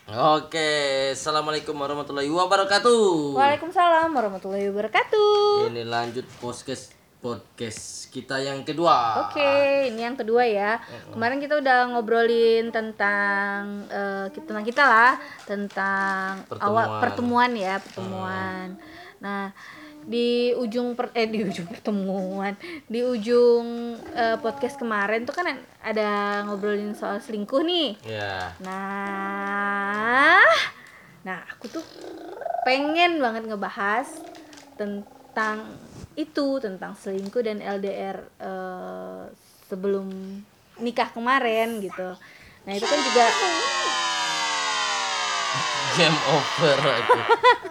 Oke, assalamualaikum warahmatullahi wabarakatuh. Waalaikumsalam warahmatullahi wabarakatuh. Ini lanjut podcast kita yang kedua. Oke, ini yang kedua ya. Kemarin kita udah ngobrolin tentang tentang kita lah, tentang awal pertemuan ya, pertemuan. Nah, di ujung pertemuan, di ujung podcast kemarin tuh kan ada ngobrolin soal selingkuh nih. Ya. Nah, aku tuh pengen banget ngebahas tentang tentang selingkuh dan LDR sebelum nikah kemarin gitu. Nah, itu kan juga Game over aku.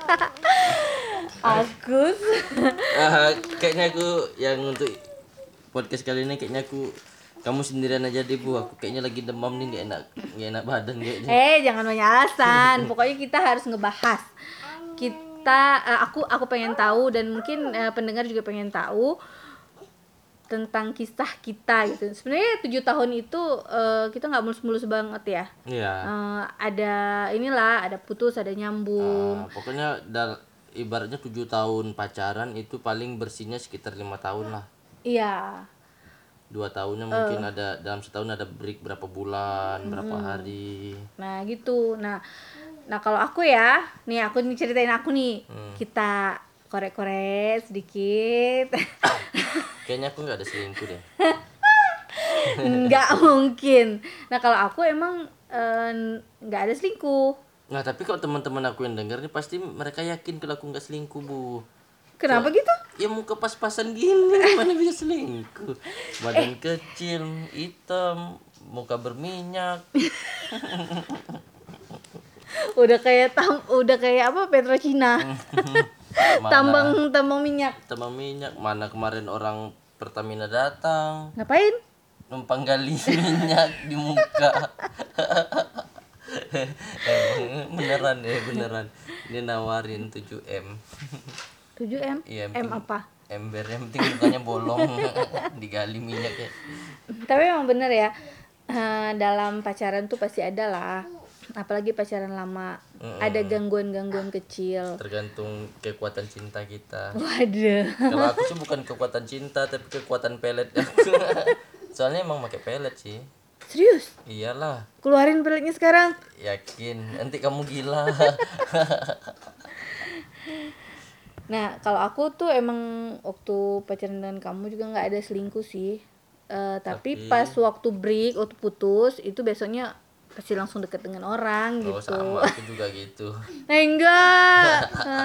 Agus. Kayaknya aku yang untuk podcast kali ini kayaknya kamu sendirian aja deh Bu. Aku kayaknya lagi demam nih, nggak enak badan kayaknya. Jangan banyak alasan. Pokoknya kita harus ngebahas. Aku pengen tahu dan mungkin pendengar juga pengen tahu tentang kisah kita gitu. Sebenarnya 7 tahun itu kita nggak mulus-mulus banget ya. Iya. Ada putus, ada nyambung. Pokoknya ibaratnya 7 tahun pacaran itu paling bersihnya sekitar 5 tahun lah. Iya. 2 tahunnya mungkin ada dalam setahun ada break berapa bulan, berapa hari. Nah gitu. Nah kalau aku ya, nih aku nih ceritain aku nih. Kita korek-korek sedikit. Kayaknya aku nggak ada selingkuh deh. Nggak mungkin. Nah kalau aku emang nggak ada selingkuh. Nah tapi kalau teman-teman aku yang denger nih pasti mereka yakin kalau aku nggak selingkuh Bu. Kenapa gitu? Ya muka pas-pasan gini mana bisa selingkuh. Badan kecil, hitam, muka berminyak. Udah kayak apa, Petrocina. tambang minyak. Tambang minyak. Mana kemarin orang Pertamina datang. Ngapain? Numpang gali minyak di muka. Beneran. Ini nawarin 7M. 7M? Iya, M apa? Ember yang penting mukanya bolong. Digali minyak ya. Tapi emang bener ya, dalam pacaran tuh pasti ada lah, apalagi pacaran lama, ada gangguan-gangguan kecil. Tergantung kekuatan cinta kita. Waduh. Kalau aku sih bukan kekuatan cinta tapi kekuatan pelet. Soalnya emang pakai pelet sih. Serius? Iyalah. Keluarin peletnya sekarang. Yakin, nanti kamu gila. Nah kalau aku tuh emang waktu pacaran dengan kamu juga nggak ada selingkuh sih. Tapi pas waktu putus itu besoknya pasti langsung deket dengan orang gitu. Sama aku juga gitu. Enggak.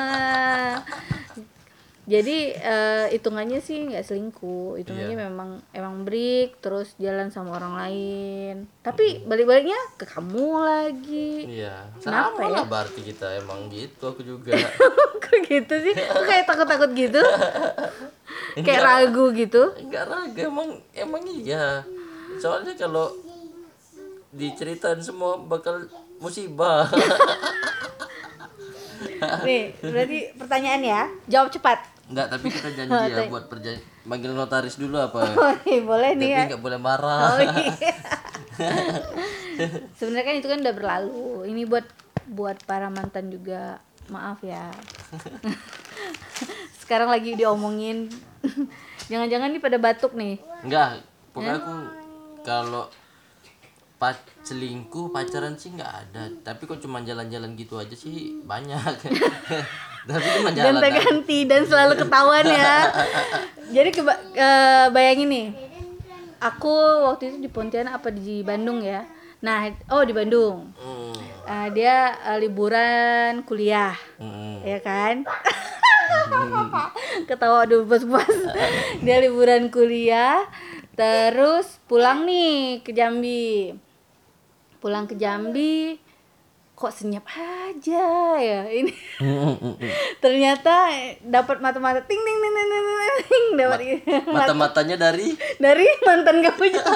Jadi hitungannya sih nggak selingkuh, hitungannya emang break terus jalan sama orang lain. Tapi balik-baliknya ke kamu lagi. Iya. Kenapa sama ya? Lah berarti kita emang gitu, aku juga. Kok gitu sih? Kok kayak takut-takut gitu? Kayak ragu gitu? Enggak ragu, emang iya. Soalnya kalau diceritain semua bakal musibah. Nih, berarti pertanyaan ya, jawab cepat. Enggak, tapi kita janji ya buat manggil notaris dulu apa? Boleh nih ya. Tapi enggak boleh marah. Iya. Sebenarnya kan itu kan udah berlalu. Ini buat para mantan juga. Maaf ya. Sekarang lagi diomongin. Jangan-jangan nih pada batuk nih. Enggak, pokoknya aku kalau selingkuh pacaran sih nggak ada, tapi kok cuma jalan-jalan gitu aja sih banyak. Tapi cuma jalan ganti dan selalu ketahuan ya. Jadi bayangin nih, aku waktu itu di Pontianak apa di Bandung ya. Nah, di Bandung. Dia liburan kuliah, ya kan? Ketawa aduh bos-bos. Dia liburan kuliah, terus pulang nih ke Jambi. Pulang ke Jambi, kok senyap aja ya ini. Ternyata dapat mata-mata ting ting ting ting ting ting, dapat mata-matanya dari mantan kamu juga.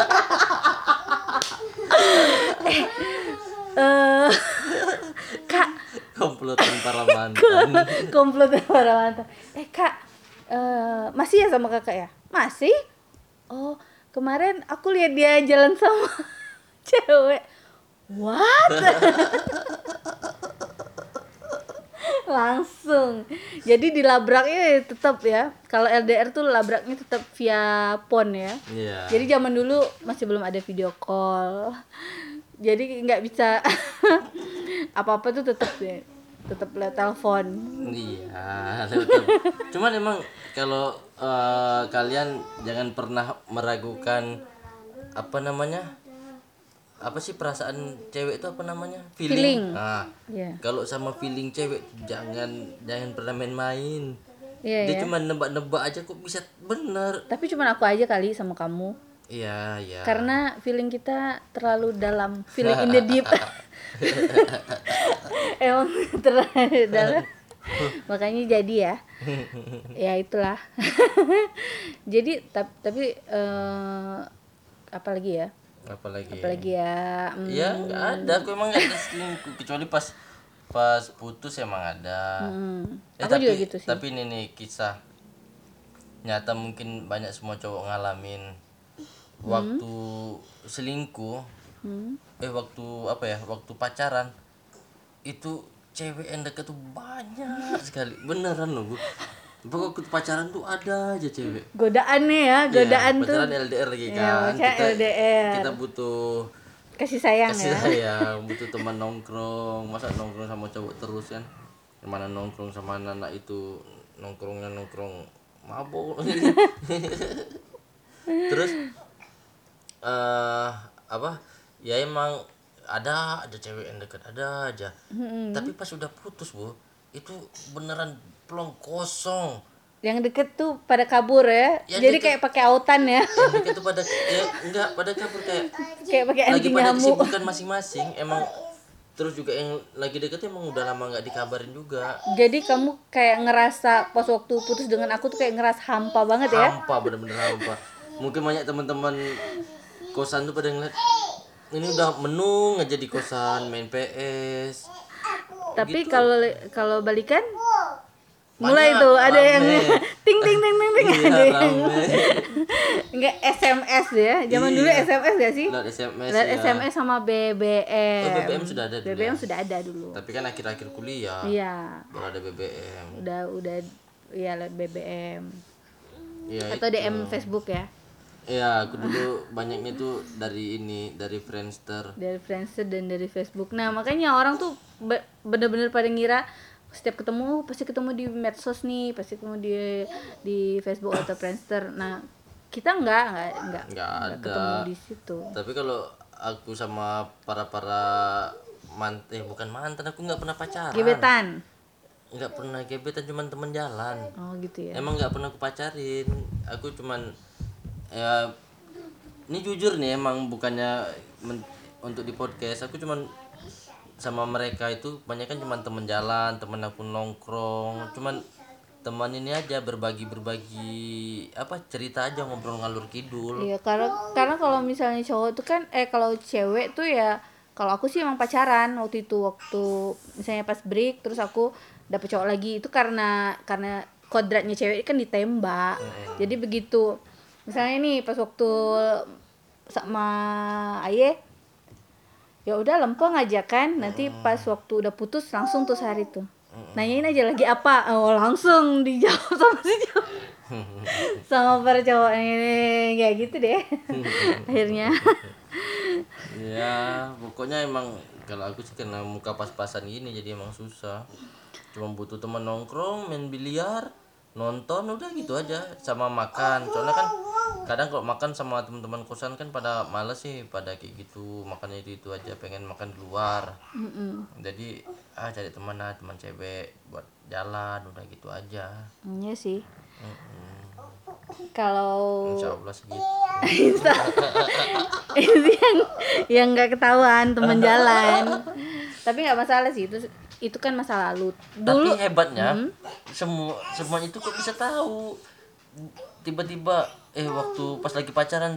Kak, komplotan para mantan. Kak, masih ya sama kakak ya? Masih? Oh, kemarin aku lihat dia jalan sama cewek. What? Langsung. Jadi dilabraknya tetap ya. Kalau LDR tuh labraknya tetap via phone ya. Iya. Jadi zaman dulu masih belum ada video call. Jadi nggak bisa apa-apa tuh tetap ya. Tetap lewat telepon. Iya, cuman emang kalau kalian jangan pernah meragukan apa namanya, apa sih perasaan cewek itu apa namanya, Feeling. Nah, Iya. kalau sama feeling cewek jangan pernah main-main. Iya Dia ya. cuma nebak-nebak aja kok bisa bener. Tapi cuma aku aja kali sama kamu. Iya, iya. Karena feeling kita terlalu dalam, feeling in the deep. Emang terlalu dalam. Makanya jadi ya. Ya itulah. Jadi tapi apalagi ya? Apalagi ya? Ya nggak ada, aku emang nggak ada selingkuh kecuali pas putus emang ada. Aku tapi, juga gitu sih. Tapi ini nih kisah nyata, mungkin banyak semua cowok ngalamin waktu selingkuh. Waktu apa ya? Waktu pacaran itu cewek yang deket tuh banyak sekali, beneran loh Bu. Waktu pacaran tuh ada aja cewek. Godaannya ya, godaan tuh. Pacaran LDR lagi Ya, kan. LDR. Kita butuh kasih sayang kasih ya. sayang, butuh teman nongkrong. Masa nongkrong sama cowok terus kan? Mana nongkrong sama anak itu nongkrong mabuk. Terus apa? Ya emang ada cewek yang deket, ada aja. Tapi pas udah putus Bu, itu beneran plong kosong. Yang deket tuh pada kabur ya. Yang Jadi deket- kayak pakai autan ya. Yang deket tuh pada enggak pada kabur, Kayak pakai lagi anti pada nyamuk. kesibukan masing-masing. Emang terus juga yang lagi deket emang udah lama nggak dikabarin juga. Jadi kamu kayak ngerasa pas waktu putus dengan aku tuh kayak ngerasa hampa banget ya. Hampa, bener-bener hampa. Mungkin banyak teman-teman kosan tuh pada ngeliat ini udah menung aja di kosan main PS. Tapi Gitu. kalau balikan Banyak, mulai tuh ada rame. yang ting ting ting ting ting, Iya, ada yang rame. enggak SMS ya. Zaman dulu Iya. SMS gak sih? Lewat SMS Lewat ya. SMS sama BBM. Oh, BBM sudah ada dulu BBM ya? sudah ada dulu. Tapi kan akhir-akhir kuliah Iya. baru ada BBM. Udah ya lewat BBM. Iya. Atau DM Facebook ya. Iya, aku dulu banyaknya tuh dari Friendster. Dari Friendster dan dari Facebook. Nah, makanya orang tuh bener-bener pada ngira setiap ketemu pasti ketemu di medsos nih, pasti ketemu di Facebook atau Friendster. Nah, kita enggak ada. ketemu di situ. Tapi kalau aku sama para bukan mantan, aku nggak pernah pacaran. Gebetan. Nggak pernah gebetan, cuman teman jalan. Oh, gitu ya. Emang nggak pernah aku pacarin. Aku cuman ya ini jujur nih, emang bukannya untuk di podcast, aku cuman sama mereka itu banyak kan cuman teman jalan, teman aku nongkrong, cuman teman ini aja berbagi apa cerita aja, ngobrol ngalur kidul. Iya, karena kalau misalnya cowok tuh kan kalau cewek tuh ya, kalau aku sih emang pacaran waktu misalnya pas break terus aku dapet cowok lagi, itu karena kodratnya cewek kan ditembak. Jadi begitu misalnya nih pas waktu sama Aye, ya udah lempeng aja kan, nanti pas waktu udah putus langsung tuh sehari tuh nanyain aja lagi apa, langsung dijawab sama si cowok. Sama para cowok ini kayak gitu deh. Akhirnya Ya pokoknya emang kalau aku sih karena muka pas-pasan gini jadi emang susah. Cuma butuh teman nongkrong, main biliar, nonton, udah gitu aja, sama makan. Soalnya kan kadang kalau makan sama teman-teman kosan kan pada males sih, pada kayak gitu, makannya itu aja, pengen makan di luar. Jadi cari teman cewek buat jalan, udah gitu aja. iya sih. Kalau Insya Allah segitu. itu yang nggak ketahuan teman jalan. Tapi nggak masalah sih, itu kan masa lalu. Dulu Tapi hebatnya semua itu kok bisa tahu. Tiba-tiba waktu pas lagi pacaran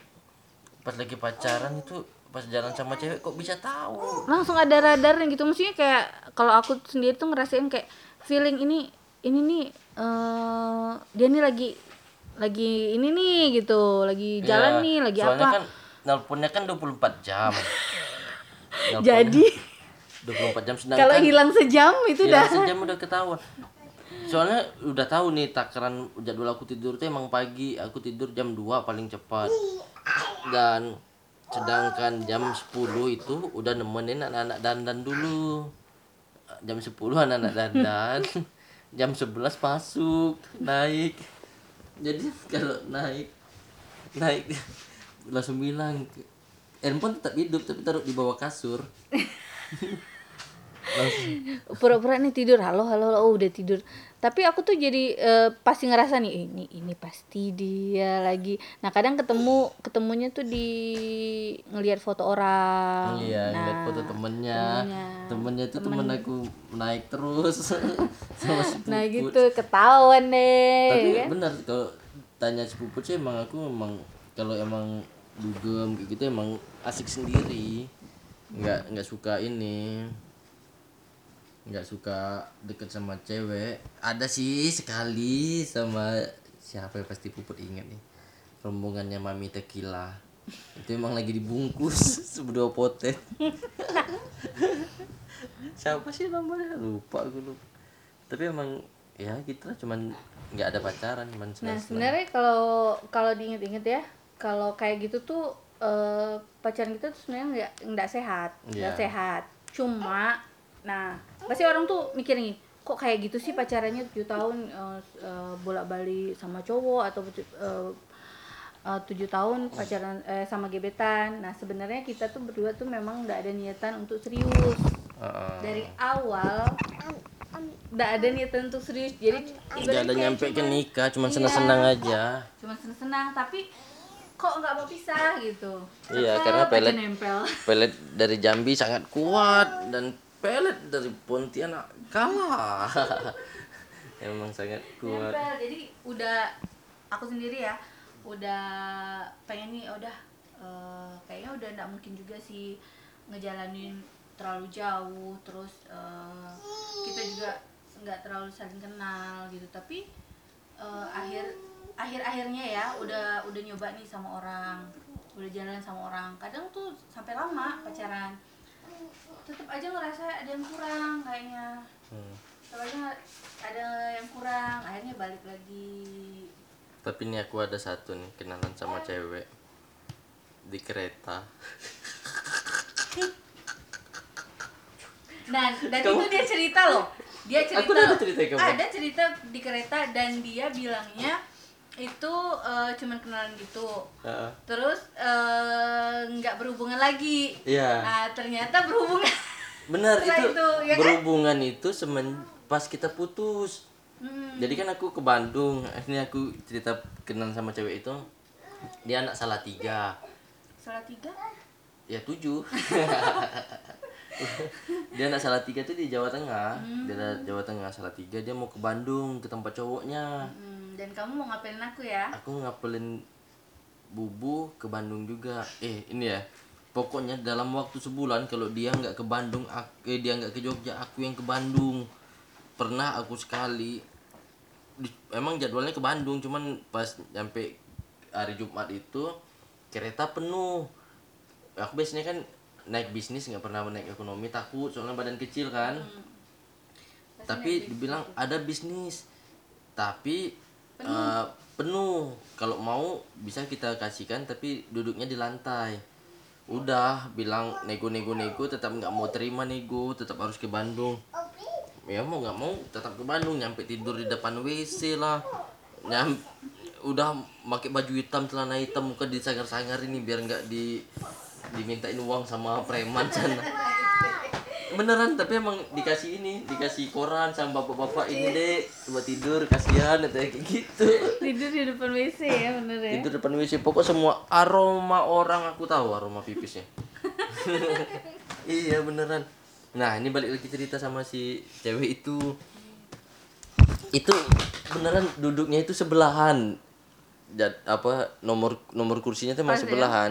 itu pas jalan sama cewek kok bisa tahu. langsung ada radarnya gitu. Maksudnya kayak kalau aku sendiri tuh ngerasain kayak feeling ini nih dia nih lagi ini nih gitu, lagi jalan Ya, nih, lagi soalnya apa. kan nelponnya kan 24 jam. Jadi 24 jam Kalau sedangkan hilang sejam itu hilang udah sejam udah ketahuan. Soalnya udah tahu nih takaran jadwal aku tidur tuh emang pagi, aku tidur jam 2 paling cepat. Dan sedangkan jam 10 itu udah nemenin anak-anak dandan dulu. Jam 10 anak-anak dandan. Jam 11 masuk, naik. Jadi kalau naik langsung bilang handphone tetap hidup tapi taruh di bawah kasur. Langsung pura-pura nih tidur, halo halo halo, oh udah tidur. Tapi aku tuh jadi pasti ngerasa nih ini pasti dia lagi. Nah kadang ketemunya tuh di ngelihat foto orang. iya ngeliat foto Nah temennya itu temen aku naik terus sama si nah Puput. gitu ketahuan deh Tapi kan. benar kalau tanya si Puput sih emang aku emang kalau emang dugem kayak gitu emang asik sendiri, nggak suka ini, nggak suka deket sama cewek. Ada sih sekali sama siapa ya, pasti Puput ingat nih, rombongannya Mami Tequila. Itu emang lagi dibungkus berdua potet. Siapa sih namanya, lupa aku lupa. Tapi emang ya gitu lah, cuman nggak ada pacaran, cuman Nah senang. sebenarnya kalau diinget-inget ya, kalau kayak gitu tuh pacaran kita tuh sebenarnya nggak sehat, nggak Iya. sehat. Cuma, nah pasti orang tuh mikir nih, kok kayak gitu sih pacarannya 7 tahun bolak-balik sama cowok atau 7 tahun pacaran sama gebetan. Nah sebenarnya kita tuh berdua tuh memang nggak ada niatan untuk serius dari awal, nggak ada niatan untuk serius. Jadi Nggak ibaratnya ada kayak nyampe ke cuman- nikah, cuman iya, senang-senang aja. cuma senang tapi kok nggak mau pisah gitu. Iya, Tetap karena aja nempel. pelet dari Jambi sangat kuat dan pelet dari Pontianak kalah. Emang sangat kuat. Nempel. Jadi udah aku sendiri ya udah pengen nih udah kayaknya udah nggak mungkin juga sih ngejalanin terlalu jauh, terus kita juga nggak terlalu saling kenal gitu. Tapi akhirnya ya udah nyoba nih sama orang, udah jalan sama orang, kadang tuh sampai lama pacaran tetap aja ngerasa ada yang kurang kayaknya. Tetap aja ada yang kurang, akhirnya balik lagi. Tapi ini aku ada satu nih kenalan sama cewek di kereta. Dan itu dia cerita loh. Dia cerita. Aku ada cerita kamu. Ada cerita di kereta dan dia bilangnya itu cuman kenalan gitu. Heeh. Terus nggak berhubungan lagi. Iya. Nah, ternyata berhubungan. Benar Setelah itu, ya kan? berhubungan itu pas kita putus. Hmm. Jadi kan aku ke Bandung, ini aku cerita kenal sama cewek itu. Dia anak Salatiga. Salatiga? Ya 7. Dia anak Salatiga tuh di Jawa Tengah. Dia dari Jawa Tengah Salatiga, dia mau ke Bandung ke tempat cowoknya. Dan kamu mau ngapelin aku ya? Aku ngapelin Bubu ke Bandung juga. Ini ya. Pokoknya dalam waktu sebulan kalau dia nggak ke Bandung, dia nggak ke Jogja, aku yang ke Bandung. Pernah aku sekali emang jadwalnya ke Bandung, cuman pas nyampe hari Jumat itu kereta penuh. Aku biasanya kan naik bisnis, nggak pernah naik ekonomi, takut soalnya badan kecil kan. Tapi dibilang ada bisnis tapi penuh. Kalau mau bisa kita kasihkan tapi duduknya di lantai. Udah bilang nego tetap nggak mau terima, nego tetap harus ke Bandung. Ya mau nggak mau tetap ke Bandung, nyampe tidur di depan WC lah. Udah pakai baju hitam, celana hitam, muka disangar-sangar ini biar nggak dimintain uang sama preman sana. Beneran, tapi emang dikasih koran sama bapak-bapak ini deh buat tidur, kasihan kayak gitu. Tidur di depan WC ya, bener ya? Tidur depan WC, pokok semua aroma orang aku tahu, aroma pipisnya. Iya beneran. Nah ini balik lagi cerita sama si cewek itu beneran duduknya itu sebelahan. Nomor kursinya tuh emang sebelahan.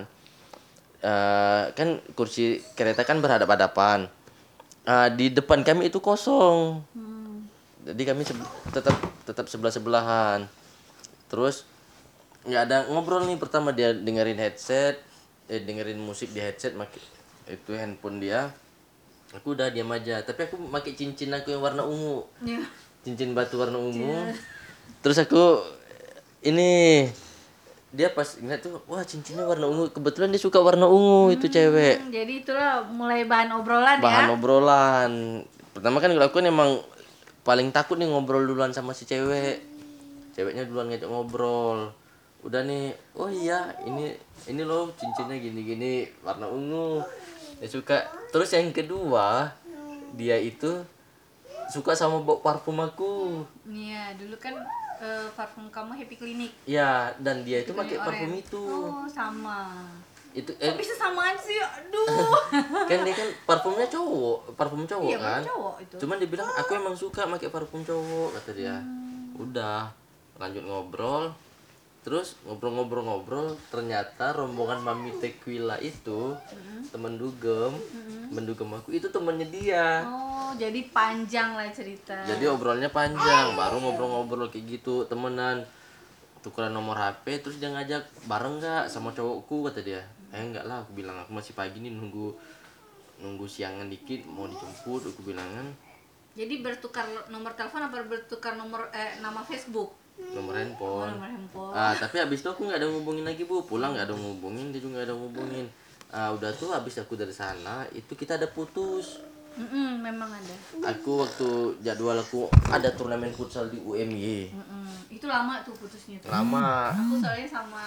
Kan kursi kereta kan berhadap-hadapan. Di depan kami itu kosong. Jadi kami tetap sebelah-sebelahan. Terus nggak ada ngobrol nih, pertama dia dengerin musik di headset, itu handphone dia. Aku udah diam aja, tapi aku pakai cincin aku yang warna ungu. Iya. Cincin batu warna ungu. Terus aku ini dia pas ngeliat tuh, wah cincinnya warna ungu. Kebetulan dia suka warna ungu itu cewek. Jadi itulah mulai bahan obrolan Bahan ya. obrolan. Pertama kan aku kan emang paling takut nih ngobrol duluan sama si cewek. Ceweknya duluan ngajak ngobrol. Udah nih, oh iya ini loh cincinnya gini-gini warna ungu. Dia suka. Terus yang kedua, dia itu suka sama bau parfum aku. Iya, dulu kan parfum kamu Happy Clinic. Ya, dan dia itu pakai Clinic parfum Orange. itu. Oh, sama. Itu Kok bisa samaan sih? Aduh. kan dia kan parfumnya parfum cowok Iya, kan. cowok itu. Cuman dia bilang aku emang suka pakai parfum cowok kata dia. Udah, lanjut ngobrol. Terus ngobrol-ngobrol ternyata rombongan Mami Tequila itu temen dugem, mendugem aku itu temennya dia. Oh, jadi panjang lah cerita. Jadi obrolnya panjang, baru ngobrol-ngobrol kayak gitu, temenan. Tukeran nomor HP, terus dia ngajak bareng nggak sama cowokku kata dia. Enggak lah, aku bilang aku masih pagi nih nunggu siangan dikit mau dijemput, aku bilangan. Jadi bertukar nomor telepon apa bertukar nama Facebook? Nomor handphone. Nomor handphone. Tapi habis itu aku nggak ada ngubungin lagi bu, pulang nggak ada ngubungin, dia juga nggak ada ngubungin. Udah tuh habis aku dari sana itu kita ada putus. Memang ada. Aku waktu jadwal aku ada turnamen futsal di UMY. Itu lama tuh putusnya tuh. Lama. Aku soalnya sama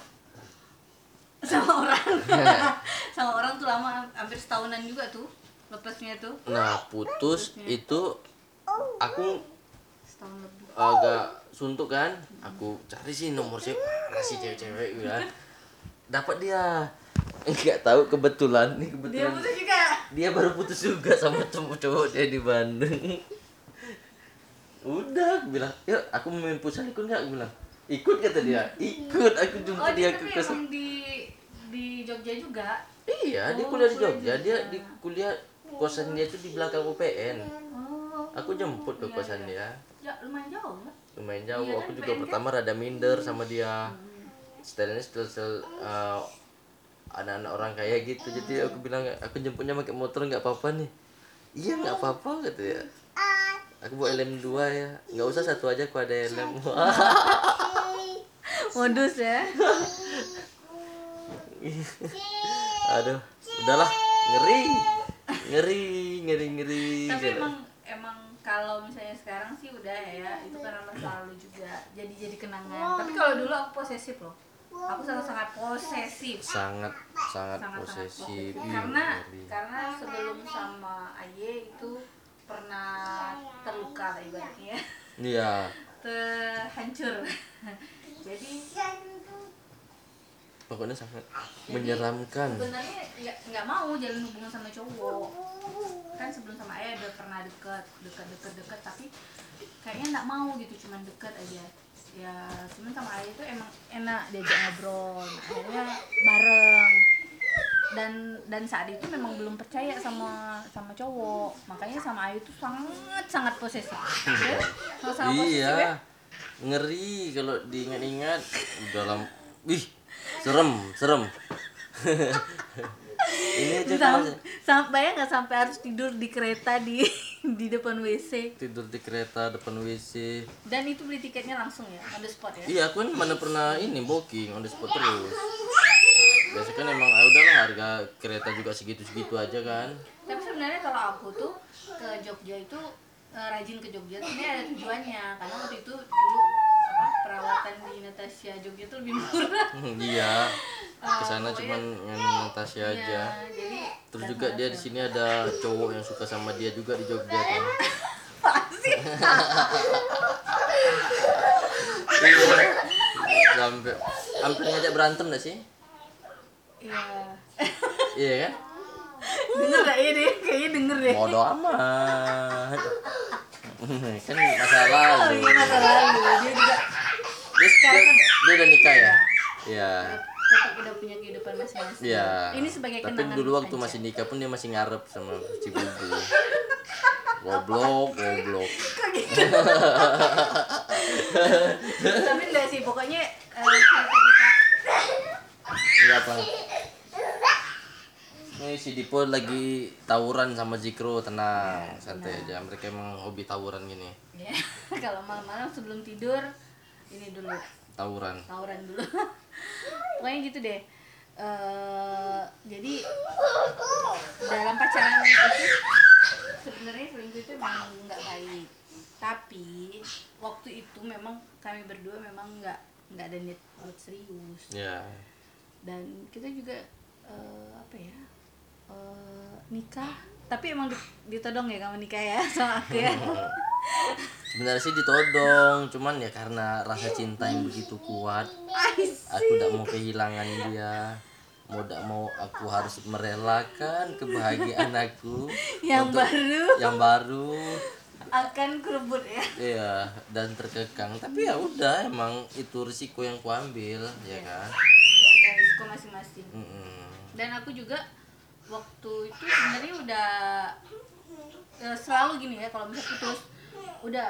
orang. Sama orang tuh lama, hampir setahunan juga tuh lepasnya tuh. Nah putus itu aku Setahun lebih. agak suntuk kan, aku cari sih nomor mana sih cewek-cewek gitu kan. Dapat dia. Enggak tahu kebetulan Dia kebetulan putus juga. dia baru putus juga sama cowok dia di Bandung. Udah, aku bilang, yuk aku main futsal ikut nggak? Aku bilang, ikut kata dia, ikut. Aku jemput dia ke tapi kosan. emang di Jogja juga. Iya, dia Oh, kuliah di kuliah Jogja. di Dia Jogja. di kuliah kosan dia tuh di belakang UPN. Oh. Aku jemput ke Iya, kosan iya. dia. Lumayan jauh lah. Lumayan jauh. Iya kan, Aku juga UPN pertama rada minder sama dia. Stylenya style anak-anak orang kaya gitu. Jadi aku bilang aku jemputnya pakai motor nggak apa-apa nih. Iya nggak apa-apa kata dia. Aku bawa LM 2 ya. Nggak usah satu aja, aku ada LM. Modus ya. Aduh, udahlah, ngeri. Tapi emang kalau misalnya sekarang sih udah ya, itu karena masa lalu juga. Jadi kenangan. Tapi kalau dulu aku posesif loh. Aku sangat posesif. Sangat posesif. Ih, Karena ngeri. sebelum sama Aye itu pernah terluka lah ibaratnya. Iya. Terhancur. Jadi Pokoknya sangat menyeramkan. sebenarnya nggak mau jalin hubungan sama cowok. Kan sebelum sama Ayah udah pernah deket tapi kayaknya nggak mau gitu, cuman deket aja ya. Cuman sama Ayah itu emang enak diajak ngobrol, akhirnya bareng. Dan saat itu memang belum percaya sama cowok, makanya sama Ayah itu sangat posesif. Sangat posesif ya. Iya. Ngeri kalau diingat-ingat dalam serem. Ini aja Bayang nggak sampai harus tidur di kereta di depan WC. tidur di kereta depan WC. Dan itu beli tiketnya langsung ya, on the spot ya. Iya, aku kan mana pernah ini booking on the spot terus. Biasanya kan emang udahlah harga kereta juga segitu-segitu aja kan. Tapi sebenarnya kalau aku tuh ke Jogja itu rajin ke Jogja tuh ini ada tujuannya, karena waktu itu dulu perawatan di Natasha Jogja tuh lebih murah. Iya. Kesana Pokoknya- cuman yang Natasha aja. Iya, jadi Terus juga dia di sini ada cowok yang suka sama dia juga di Jogja kan. pasti Iya. Sampai hampir ngajak berantem gak sih? iya. Iya kan? Denger gak ya deh? Kayaknya denger deh. Bodo amat. Kan masa lalu. Iya, masa lalu dia juga Dia udah nikah ya? Iya. tetap udah punya kehidupan masing-masing. Iya. Ini sebagai Tapi kenangan dulu waktu aja. masih nikah pun dia masih ngarep sama si Bubu. Goblok. Tapi enggak sih, pokoknya cerita kita Enggak apa. ini si Dipo lagi tawuran sama Zikro, tenang, santai aja. Mereka emang hobi tawuran gini. Ya, kalau malam-malam sebelum tidur ini dulu Tawuran. dulu. Pokoknya gitu deh. Jadi dalam pacaran itu sebenarnya selingkuh itu memang nggak baik. Tapi waktu itu memang kami berdua memang nggak ada niat buat serius. Ya. Dan kita juga nikah. Tapi emang ditodong ya kamu nikah ya sama aku ya. Sebenarnya sih ditodong, cuman ya karena rasa cinta yang begitu kuat, aku tidak mau kehilangan dia. Mau tidak mau aku harus merelakan kebahagiaan aku yang baru akan kerebut ya. iya, dan terkekang. Tapi ya udah, emang itu risiko yang kuambil, ya kan. Ada risiko masing-masing. Dan aku juga waktu itu sebenarnya udah selalu gini ya, kalau misalnya putus udah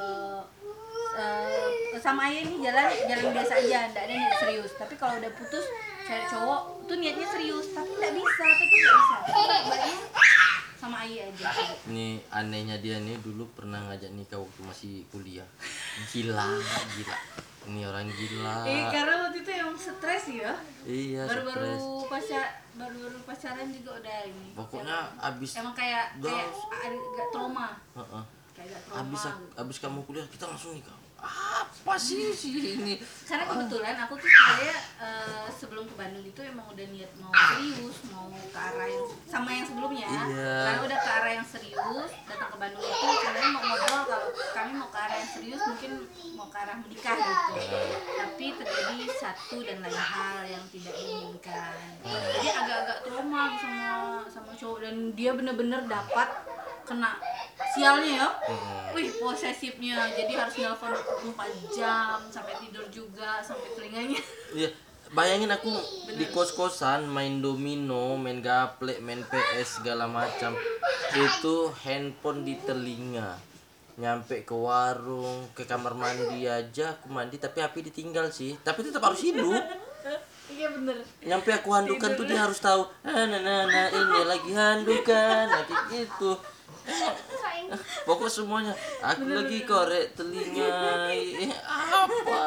sama ayah ini jalan biasa aja, nggak ada niat serius. Tapi kalau udah putus cari cowok tuh niatnya serius, tapi nggak bisa, baliknya sama ayah aja. Ini anehnya dia nih, dulu pernah ngajak nikah waktu masih kuliah. Gila. Ini orang gila. Karena waktu itu emang stres ya. Iya, baru pacaran juga udah ini. Pokoknya abis emang kayak agak trauma. Kayak agak trauma. Abis kamu kuliah kita langsung nikah. Apa sih ini? Karena kebetulan aku tuh sebenarnya sebelum ke Bandung itu emang udah niat mau serius, mau ke arah yang sama yang sebelumnya. Iya. Karena udah ke arah yang serius, datang ke Bandung itu sebenarnya mau ngobrol kalau kami mau ke arah yang serius, mungkin mau ke arah menikah gitu. Tapi terjadi satu dan lain hal yang tidak diinginkan. Jadi agak-agak trauma sama cowok, dan dia bener-bener dapat kena sialnya ya. Wih, posesifnya. Jadi harus nelfon 24 jam sampai tidur juga, sampai telinganya. Iya, bayangin aku di kos-kosan main domino, main gaplek, main PS segala macam. Itu handphone di telinga. Nyampe ke warung, ke kamar mandi aja aku mandi, tapi api ditinggal sih. Tapi tetap harus hidup. Iya bener. Nyampe aku handukan tuh dia harus tahu. Ini lagi handukan, lagi gitu. Pokok semuanya aku lagi korek telinga apa.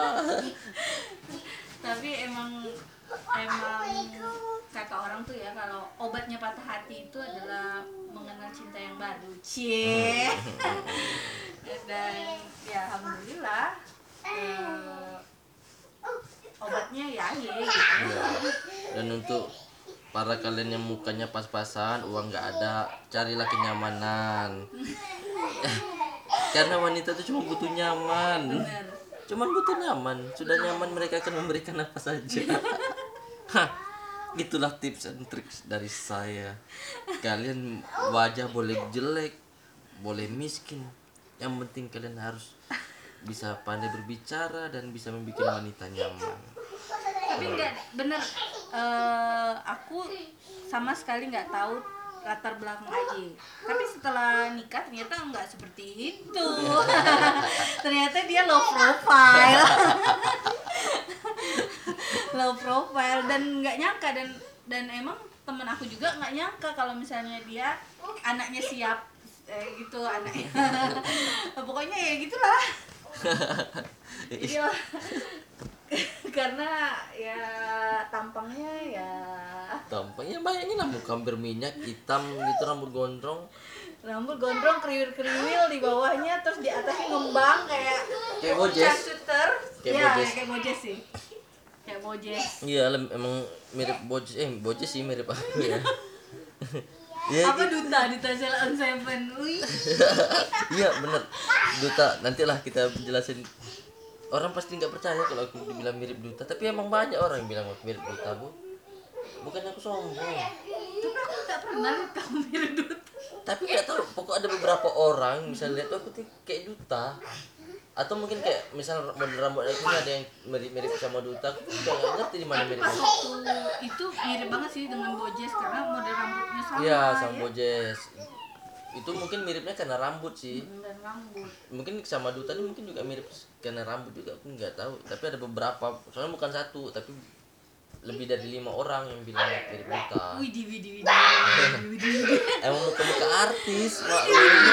Tapi emang kata orang tuh ya, kalau obatnya patah hati itu adalah mengenal cinta yang baru. Cie. Dan ya alhamdulillah obatnya ya gitu. Dan untuk para kalian yang mukanya pas-pasan, uang nggak ada, carilah kenyamanan. Karena wanita itu cuma butuh nyaman. Bener. Cuman butuh nyaman. Sudah nyaman mereka akan memberikan apa saja. Itulah tips and tricks dari saya. Kalian wajah boleh jelek, boleh miskin, yang penting kalian harus bisa pandai berbicara dan bisa membuat wanita nyaman. Tapi enggak bener, aku sama sekali nggak tahu latar belakang Aji. Tapi setelah nikah ternyata nggak seperti itu. Ternyata dia low profile. Low profile, dan nggak nyangka, dan emang temen aku juga nggak nyangka kalau misalnya dia anaknya siap gitu anaknya. Pokoknya ya gitulah. Jadi karena ya tampangnya bayangin lah, muka berminyak, hitam gitu, rambut gondrong, kriwil-kriwil di bawahnya, terus di atasnya ngembang kayak Bojes. Kayak Bojes sih. Kayak Bojes. Iya, emang mirip Bojes. Bojes sih mirip aku ya. Ya, apa gitu. Duta Sheila on Seven. Iya bener, Duta. Nantilah kita jelasin. Orang pasti nggak percaya kalau aku dibilang mirip Duta, tapi emang banyak orang yang bilang aku mirip Duta, Bu. Bukannya aku sombong. Tapi aku nggak pernah lihat kamu mirip Duta. Tapi nggak tahu, pokok ada beberapa orang misalnya lihat aku tuh kayak Duta. Atau mungkin kayak misal model rambut aku ada yang mirip sama Duta, aku nggak ngerti di mana miripnya. Itu mirip banget sih dengan Bojes karena model rambutnya sama. Iya, sama Bojes. Itu mungkin miripnya karena rambut sih. Dan rambut. Mungkin sama Duta ini mungkin juga mirip karena rambut juga, aku nggak tahu. Tapi ada beberapa, soalnya bukan satu, tapi lebih dari 5 orang yang bilang mirip muka. Widih. Emang muka artis, Pak.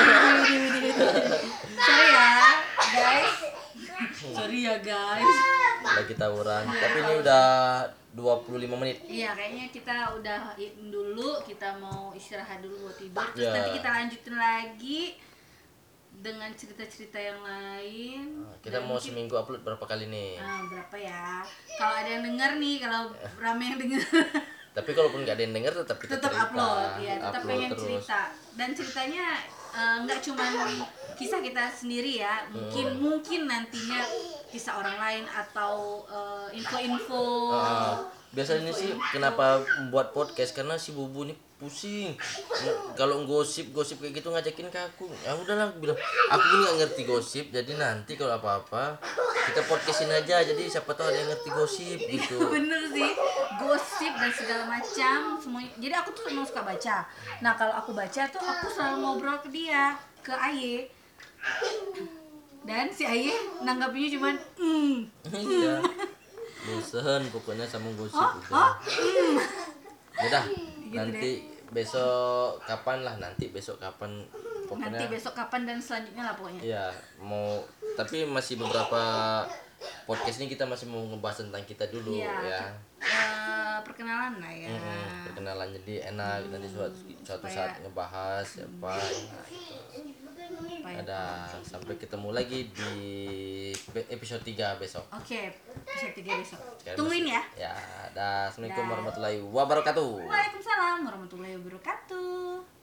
Sorry ya guys. Lagi tawuran. Tapi ini udah 25 menit. Iya, kayaknya kita udah dulu, kita mau istirahat dulu buat tidur. Terus Ya. nanti kita lanjutin lagi dengan cerita-cerita yang lain. Kita Dan mau mungkin- seminggu upload berapa kali nih? berapa ya? Kalau ada yang denger nih, kalau rame yang denger, Tapi kalaupun nggak ada yang denger tetap kita tetap cerita. upload, ya, tetap Upload pengen terus. cerita. Dan ceritanya nggak cuma kisah kita sendiri ya, mungkin nantinya kisah orang lain atau info-info. Biasanya sih kenapa membuat podcast karena si Bubu ini pusing. Kalau gosip kayak gitu ngajakin ke aku. Ya udahlah aku bilang, aku ini nggak ngerti gosip, jadi nanti kalau apa-apa kita podcastin aja. Jadi siapa tahu ada yang ngerti gosip gitu. Bener sih, gosip dan segala macam semuanya. Jadi aku tuh emang suka baca. Nah kalau aku baca tuh aku selalu ngobrol ke dia, ke Aye. Dan si Aye nanggapinnya cuman Iya. Bosen pokoknya sama gosip udah. Udah, nanti besok kapan nanti pokoknya. besok kapan dan selanjutnya lah pokoknya. Iya, mau tapi masih beberapa podcast ini kita masih mau ngebahas tentang kita dulu Iya, ya. perkenalan lah ya. Perkenalan jadi enak nanti suatu supaya- saat ngebahas siapa. Nah, gitu. Ada sampai ketemu lagi di episode 3 besok. Oke, episode 3 besok. Sekarang Tungguin ya. Ya, dah. Assalamualaikum Dah. warahmatullahi wabarakatuh. Waalaikumsalam warahmatullahi wabarakatuh.